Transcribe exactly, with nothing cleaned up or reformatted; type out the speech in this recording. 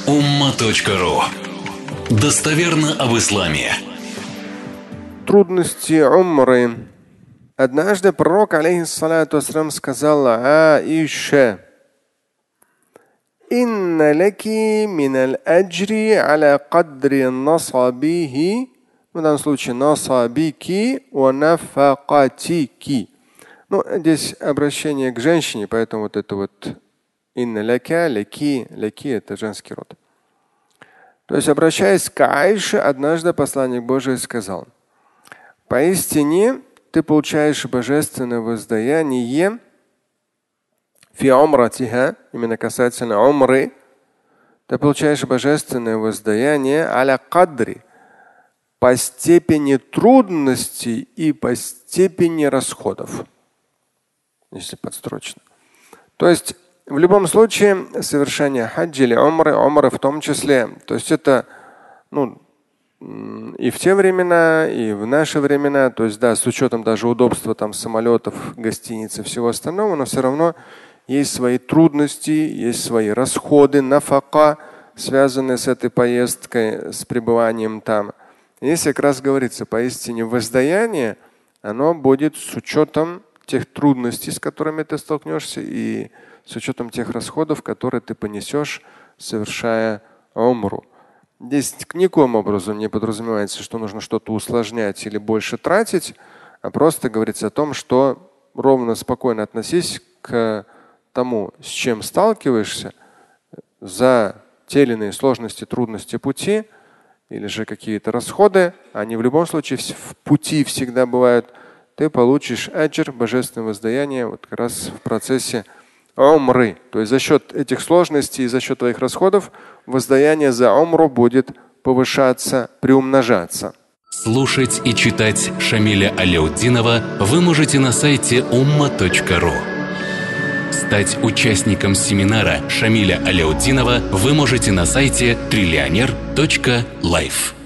умма.ру. Достоверно об исламе. Трудности умры. Однажды пророк, алейхиссалату вассалям, сказал Аише: «Инна лаки минал аджри аля кадри насабихи». В данном случае насабики ва нафакатики. Ну, здесь обращение к женщине, поэтому вот это вот инна ляка, ляки, ляки – это женский род. То есть, обращаясь к Аише, однажды посланник Божий сказал: поистине ты получаешь божественное воздаяние фи умратиха, именно касательно умры, ты получаешь божественное воздаяние аля кадри, по степени трудностей и по степени расходов, если подстрочно. То есть в любом случае совершение хаджи или умры, умры в том числе, то есть это ну, и в те времена, и в наши времена, то есть да, с учетом даже удобства там самолетов, гостиниц и всего остального, но все равно есть свои трудности, есть свои расходы, нафака, связанные с этой поездкой, с пребыванием там. Здесь как раз говорится, поистине воздаяние, оно будет с учетом тех трудностей, с которыми ты столкнешься, и с учетом тех расходов, которые ты понесешь, совершая умру. Здесь никоим образом не подразумевается, что нужно что-то усложнять или больше тратить, а просто говорится о том, что ровно спокойно относись к тому, с чем сталкиваешься, за те или иные сложности, трудности пути или же какие-то расходы, они в любом случае в пути всегда бывают. Ты получишь аджр, божественное воздаяние вот как раз в процессе умры. То есть за счет этих сложностей и за счет твоих расходов воздаяние за умру будет повышаться, приумножаться. Слушать и читать Шамиля Аляутдинова вы можете на сайте умма точка ру. Стать участником семинара Шамиля Аляутдинова вы можете на сайте триллионер точка лайф.